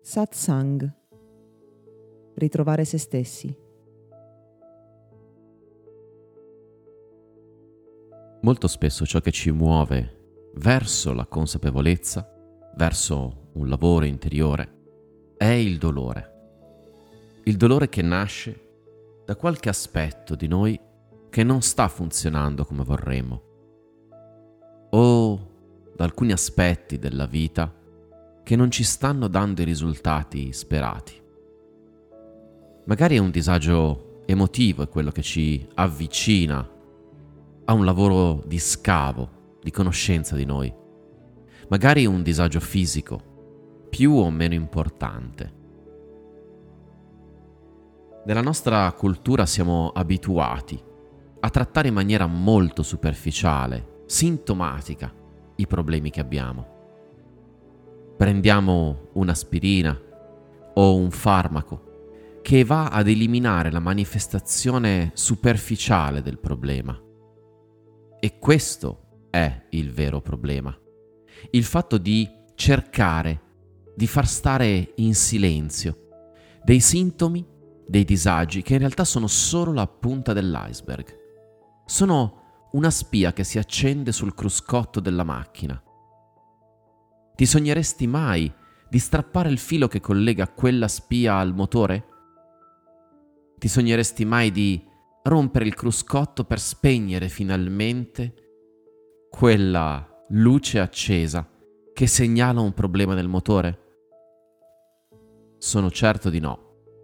Satsang. Ritrovare se stessi. Molto spesso ciò che ci muove verso la consapevolezza, verso un lavoro interiore, è il dolore. Il dolore che nasce da qualche aspetto di noi che non sta funzionando come vorremmo, o da alcuni aspetti della vita che non ci stanno dando i risultati sperati. Magari è un disagio emotivo, è quello che ci avvicina a un lavoro di scavo, di conoscenza di noi. Magari un disagio fisico, più o meno importante. Nella nostra cultura siamo abituati a trattare in maniera molto superficiale, sintomatica, i problemi che abbiamo. Prendiamo un'aspirina o un farmaco che va ad eliminare la manifestazione superficiale del problema. E questo è il vero problema. Il fatto di cercare di far stare in silenzio dei sintomi, dei disagi che in realtà sono solo la punta dell'iceberg. Sono una spia che si accende sul cruscotto della macchina. Ti sogneresti mai di strappare il filo che collega quella spia al motore? Ti sogneresti mai di rompere il cruscotto per spegnere finalmente quella luce accesa che segnala un problema nel motore? Sono certo di no.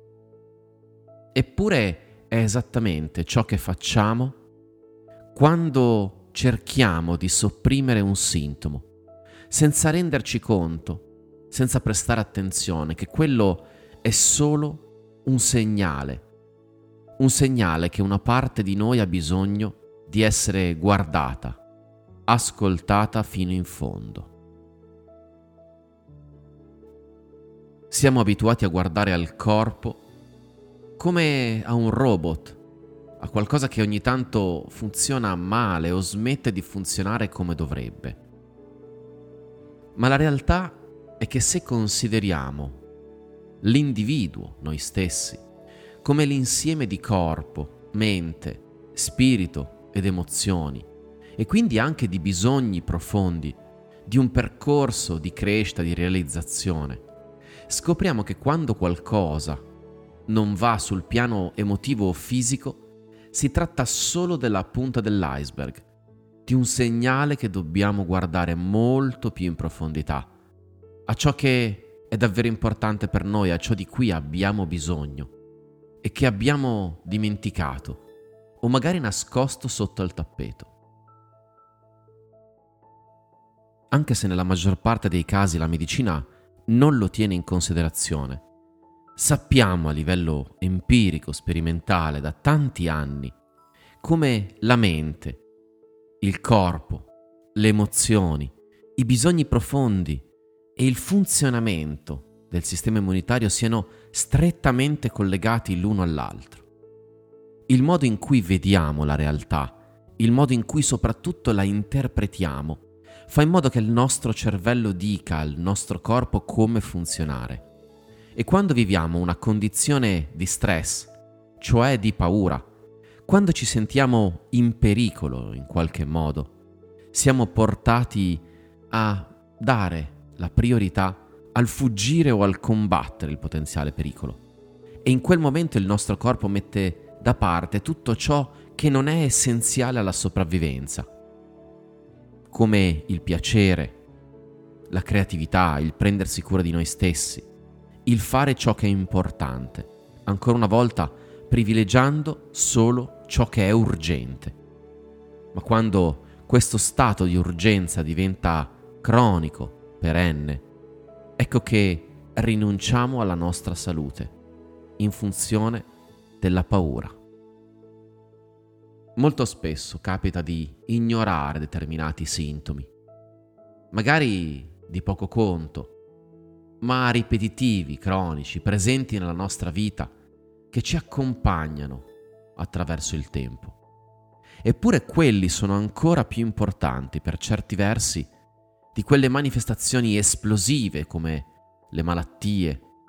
Eppure è esattamente ciò che facciamo quando cerchiamo di sopprimere un sintomo, senza renderci conto, senza prestare attenzione che quello è solo un segnale che una parte di noi ha bisogno di essere guardata, ascoltata fino in fondo. Siamo abituati a guardare al corpo come a un robot, a qualcosa che ogni tanto funziona male o smette di funzionare come dovrebbe. Ma la realtà è che se consideriamo l'individuo, noi stessi, come l'insieme di corpo, mente, spirito ed emozioni, e quindi anche di bisogni profondi, di un percorso di crescita, di realizzazione, scopriamo che quando qualcosa non va sul piano emotivo o fisico, si tratta solo della punta dell'iceberg, di un segnale che dobbiamo guardare molto più in profondità, a ciò che è davvero importante per noi, a ciò di cui abbiamo bisogno e che abbiamo dimenticato o magari nascosto sotto al tappeto. Anche se nella maggior parte dei casi la medicina non lo tiene in considerazione, sappiamo a livello empirico, sperimentale, da tanti anni, come la mente, il corpo, le emozioni, i bisogni profondi e il funzionamento del sistema immunitario siano strettamente collegati l'uno all'altro. Il modo in cui vediamo la realtà, il modo in cui soprattutto la interpretiamo, fa in modo che il nostro cervello dica al nostro corpo come funzionare. E quando viviamo una condizione di stress, cioè di paura, quando ci sentiamo in pericolo in qualche modo, siamo portati a dare la priorità al fuggire o al combattere il potenziale pericolo. E in quel momento il nostro corpo mette da parte tutto ciò che non è essenziale alla sopravvivenza, come il piacere, la creatività, il prendersi cura di noi stessi, il fare ciò che è importante, ancora una volta privilegiando solo ciò che è urgente. Ma quando questo stato di urgenza diventa cronico, perenne, ecco che rinunciamo alla nostra salute in funzione della paura. Molto spesso capita di ignorare determinati sintomi, magari di poco conto, ma ripetitivi, cronici, presenti nella nostra vita, che ci accompagnano attraverso il tempo. Eppure quelli sono ancora più importanti per certi versi di quelle manifestazioni esplosive come le malattie,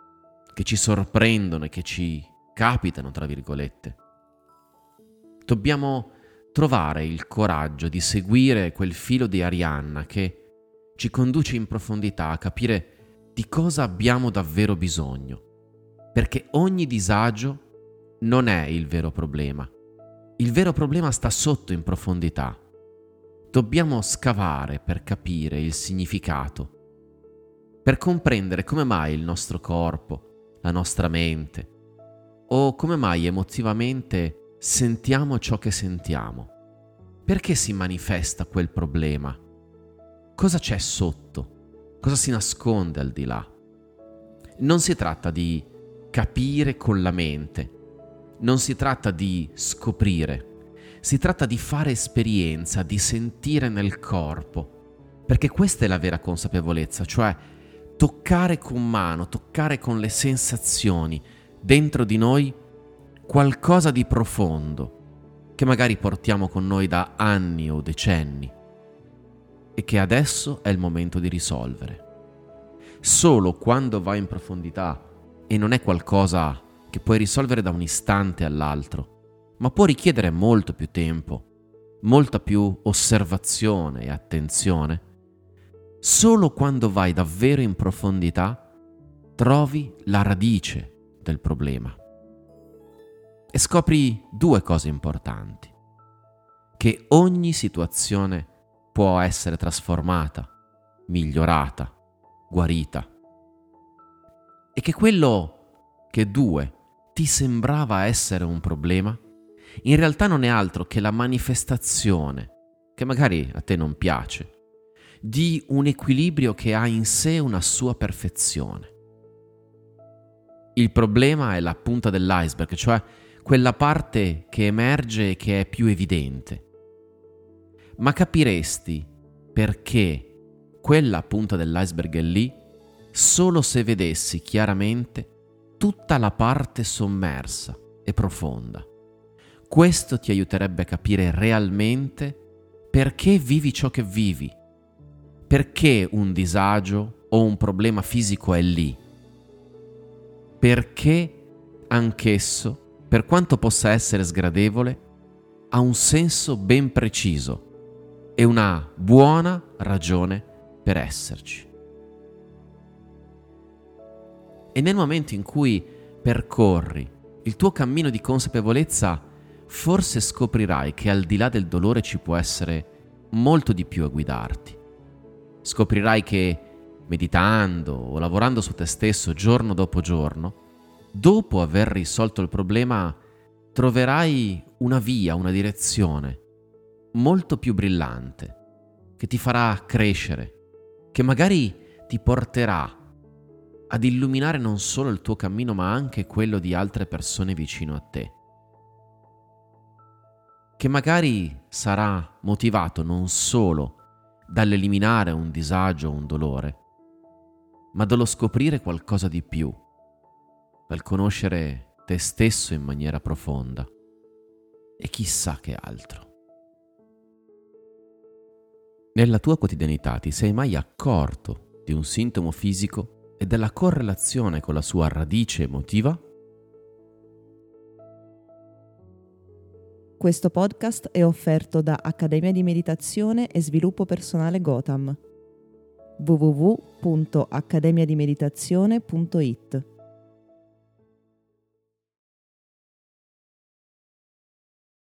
che ci sorprendono e che ci capitano, tra virgolette. Dobbiamo trovare il coraggio di seguire quel filo di Arianna che ci conduce in profondità a capire di cosa abbiamo davvero bisogno, perché ogni disagio non è il vero problema. Il vero problema sta sotto in profondità. Dobbiamo scavare per capire il significato, per comprendere come mai il nostro corpo, la nostra mente, o come mai emotivamente sentiamo ciò che sentiamo. Perché si manifesta quel problema? Cosa c'è sotto? Cosa si nasconde al di là? Non si tratta di capire con la mente, non si tratta di scoprire, si tratta di fare esperienza, di sentire nel corpo, perché questa è la vera consapevolezza, cioè toccare con mano, toccare con le sensazioni dentro di noi qualcosa di profondo che magari portiamo con noi da anni o decenni e che adesso è il momento di risolvere. Solo quando vai in profondità, e non è qualcosa che puoi risolvere da un istante all'altro, ma può richiedere molto più tempo, molta più osservazione e attenzione, solo quando vai davvero in profondità trovi la radice del problema. E scopri due cose importanti: che ogni situazione può essere trasformata, migliorata, guarita, e che quello che ti sembrava essere un problema, in realtà non è altro che la manifestazione, che magari a te non piace, di un equilibrio che ha in sé una sua perfezione. Il problema è la punta dell'iceberg, cioè quella parte che emerge e che è più evidente. Ma capiresti perché quella punta dell'iceberg è lì solo se vedessi chiaramente tutta la parte sommersa e profonda. Questo ti aiuterebbe a capire realmente perché vivi ciò che vivi, perché un disagio o un problema fisico è lì, perché anch'esso, per quanto possa essere sgradevole, ha un senso ben preciso e una buona ragione per esserci. E nel momento in cui percorri il tuo cammino di consapevolezza, forse scoprirai che al di là del dolore ci può essere molto di più a guidarti. Scoprirai che meditando o lavorando su te stesso giorno dopo giorno, dopo aver risolto il problema, troverai una via, una direzione molto più brillante, che ti farà crescere, che magari ti porterà ad illuminare non solo il tuo cammino, ma anche quello di altre persone vicino a te, che magari sarà motivato non solo dall'eliminare un disagio o un dolore, ma dallo scoprire qualcosa di più, dal conoscere te stesso in maniera profonda e chissà che altro. Nella tua quotidianità ti sei mai accorto di un sintomo fisico e della correlazione con la sua radice emotiva? Questo podcast è offerto da Accademia di Meditazione e Sviluppo Personale Gotham. www.accademiadimeditazione.it